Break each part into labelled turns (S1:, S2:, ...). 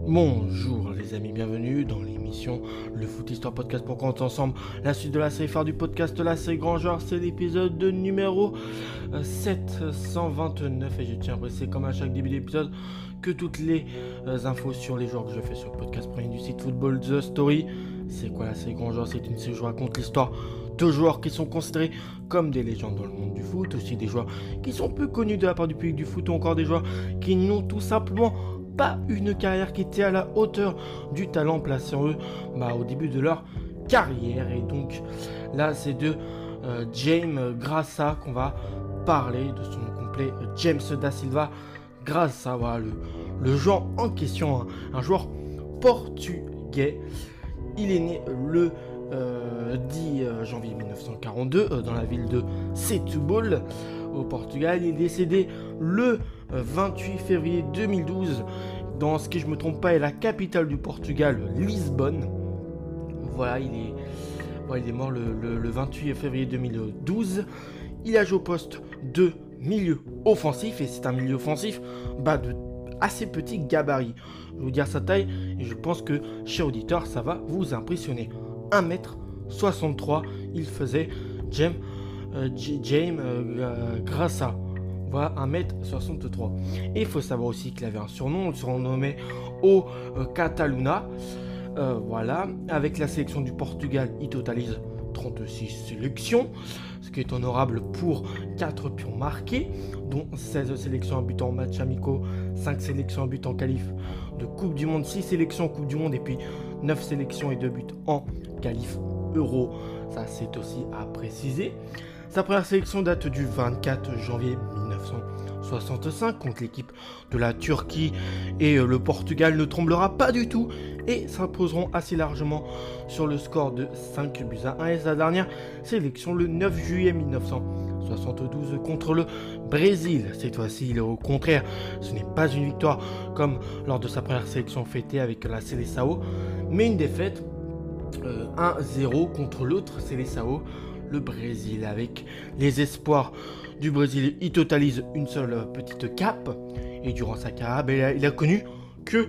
S1: Bonjour les amis, bienvenue dans l'émission Le Foot Histoire Podcast pour qu'on ensemble la suite de la série phare du podcast, la série Grand Joueur. C'est l'épisode numéro 729 et je tiens à préciser comme à chaque début d'épisode que toutes les infos sur les joueurs que je fais sur le podcast premier du site Football The Story. C'est quoi la série Grand Joueur? C'est une série où je raconte l'histoire de joueurs qui sont considérés comme des légendes dans le monde du foot, aussi des joueurs qui sont peu connus de la part du public du foot ou encore des joueurs qui n'ont tout simplement pas une carrière qui était à la hauteur du talent placé en eux au début de leur carrière. Et donc là c'est de Jaime Graça qu'on va parler, de son nom complet James Da Silva Graça, voilà le joueur en question, un joueur portugais. Il est né le 10 janvier 1942 dans la ville de Setúbal au Portugal. Il est décédé le 28 février 2012 dans ce qui, je me trompe pas, est la capitale du Portugal, Lisbonne. Voilà, il est mort le 28 février 2012. Il a joué au poste de milieu offensif et c'est un milieu offensif de assez petit gabarit. Je vais vous dire sa taille et je pense que, cher auditeur, ça va vous impressionner. 1m63, il faisait Jaime Graça. Voilà, 1m63. Et il faut savoir aussi qu'il avait un surnom, on le surnommait au Cataluna. Voilà, avec la sélection du Portugal, il totalise 36 sélections, ce qui est honorable pour 4 pions marqués, dont 16 sélections en but en match amicaux, 5 sélections en but en qualif de Coupe du Monde, 6 sélections en Coupe du Monde et puis 9 sélections et 2 buts en qualif Euro. Ça, c'est aussi à préciser. Sa première sélection date du 24 janvier 1965 contre l'équipe de la Turquie et le Portugal ne tremblera pas du tout et s'imposeront assez largement sur le score de 5-1. Et sa dernière sélection le 9 juillet 1972 contre le Brésil. Cette fois-ci, au contraire, ce n'est pas une victoire comme lors de sa première sélection fêtée avec la Seleção, mais une défaite 1-0 contre l'autre Seleção, le Brésil. Avec les espoirs du Brésil, il totalise une seule petite cape et durant sa carrière, il a connu que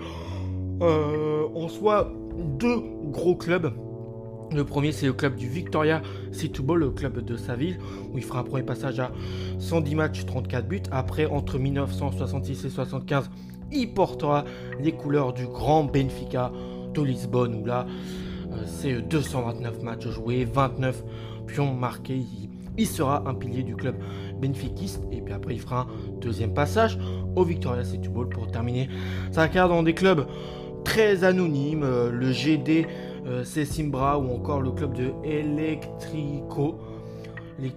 S1: en soi deux gros clubs. Le premier, c'est le club du Victoria Setúbal, le club de sa ville, où il fera un premier passage à 110 matchs, 34 buts. Après, entre 1966 et 75, il portera les couleurs du grand Benfica de Lisbonne, où là, c'est 229 matchs joués, 29 pions marqués. Il sera un pilier du club benfiquiste. Et puis après, il fera un deuxième passage au Victoria Setúbal pour terminer sa carrière dans des clubs très anonymes, le GD Sesimbra ou encore le club de Electrico, je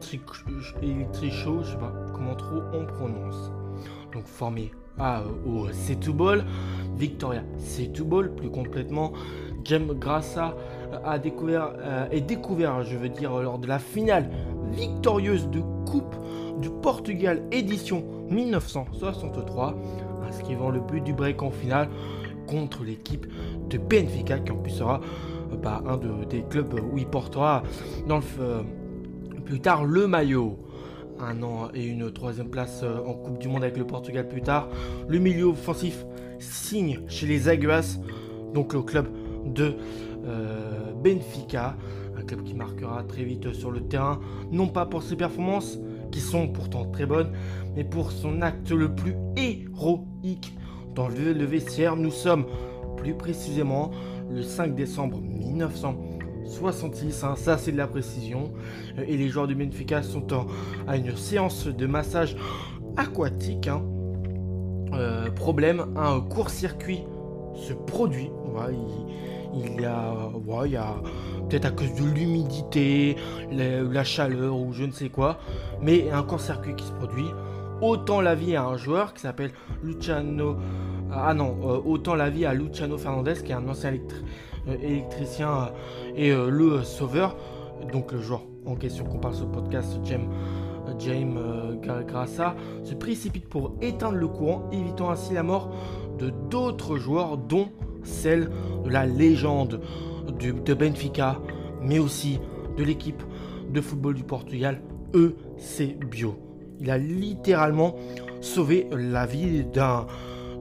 S1: sais pas comment trop on prononce. Donc formé au Setúbal, Victoria Setúbal plus complètement. Jaime Graça est découvert, lors de la finale victorieuse de Coupe du Portugal édition 1963, inscrivant le but du break en finale contre l'équipe de Benfica, qui en plus sera un des clubs où il portera plus tard le maillot. Un an et une troisième place en Coupe du Monde avec le Portugal plus tard. Le milieu offensif signe chez les Águias, donc le club de Benfica, un club qui marquera très vite sur le terrain, non pas pour ses performances qui sont pourtant très bonnes, mais pour son acte le plus héroïque dans le vestiaire. Nous sommes plus précisément le 5 décembre 1966, ça c'est de la précision, et les joueurs de Benfica sont à une séance de massage aquatique. Problème, un court-circuit se produit. Voilà, il y a peut-être à cause de l'humidité, la chaleur ou je ne sais quoi, mais un court-circuit qui se produit. Autant la vie à un joueur qui s'appelle Luciano Fernandes, qui est un ancien électricien et le sauveur. Donc le joueur en question qu'on parle sur le podcast, Jaime Graça, se précipite pour éteindre le courant, évitant ainsi la mort de d'autres joueurs, dont celle de la légende de Benfica, mais aussi de l'équipe de football du Portugal, Eusébio. Il a littéralement sauvé la vie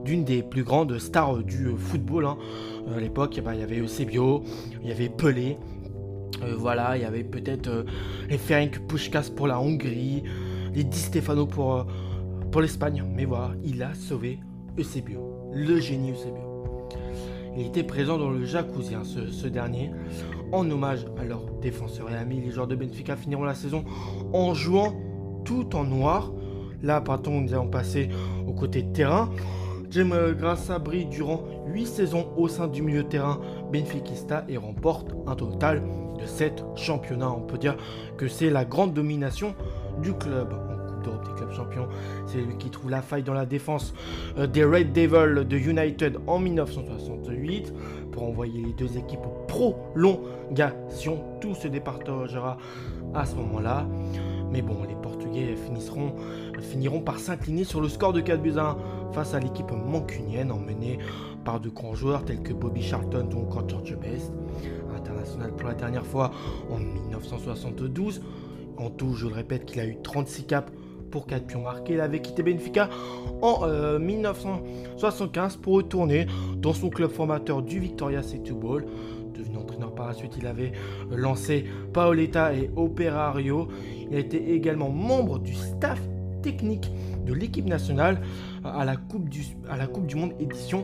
S1: d'une des plus grandes stars du football. Hein. À l'époque, il y avait Eusebio, il y avait Pelé, voilà, il y avait peut-être les Ferenc Puskás pour la Hongrie, les Di Stefano pour l'Espagne. Mais voilà, il a sauvé Eusebio, le génie Eusebio. Il était présent dans le jacuzzi, hein, ce dernier, en hommage à leurs défenseurs et amis. Les joueurs de Benfica finiront la saison en jouant tout en noir. Là, pardon, nous allons passer au côté de terrain. Jaime Graça brille durant 8 saisons au sein du milieu de terrain benfiquista et remporte un total de 7 championnats. On peut dire que c'est la grande domination du club. En Coupe d'Europe des clubs champions, c'est lui qui trouve la faille dans la défense des Red Devils de United en 1968 pour envoyer les deux équipes aux prolongations. Tout se départagera à ce moment-là. Mais bon, les Portugais finiront par s'incliner sur le score de 4-1 face à l'équipe mancunienne emmenée par de grands joueurs tels que Bobby Charlton ou encore George Best, international pour la dernière fois en 1972. En tout, je le répète, qu'il a eu 36 caps pour 4 pions marqués. Il avait quitté Benfica en 1975 pour retourner dans son club formateur du Victoria Setúbal. Devenu entraîneur par la suite, il avait lancé Pauleta et Operario. Il a été également membre du staff technique de l'équipe nationale à la Coupe du Monde édition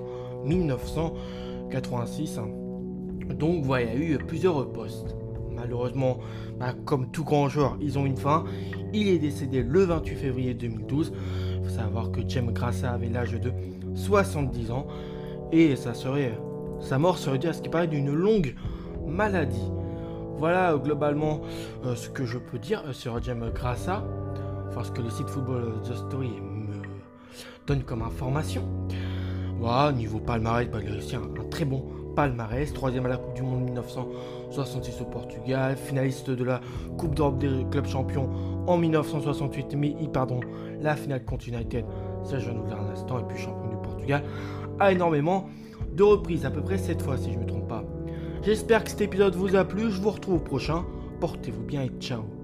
S1: 1986. Donc voilà, il y a eu plusieurs postes. Malheureusement, comme tout grand joueur, ils ont une fin. Il est décédé le 28 février 2012. Il faut savoir que Jaime Graça avait l'âge de 70 ans. Et sa mort serait due à ce qui paraît d'une longue maladie. Voilà globalement ce que je peux dire sur Jaime Graça. Enfin, ce que le site Football The Story me donne comme information. Voilà, niveau palmarès, il a réussi un très bon palmarès. 3e à la Coupe du Monde 1966 au Portugal. Finaliste de la Coupe d'Europe des clubs champions en 1968. Mais la finale contre United, ça je viens de vous le dire un instant. Et puis champion du Portugal a énormément de reprises, à peu près 7 fois si je ne me trompe pas. J'espère que cet épisode vous a plu. Je vous retrouve au prochain. Portez-vous bien et ciao.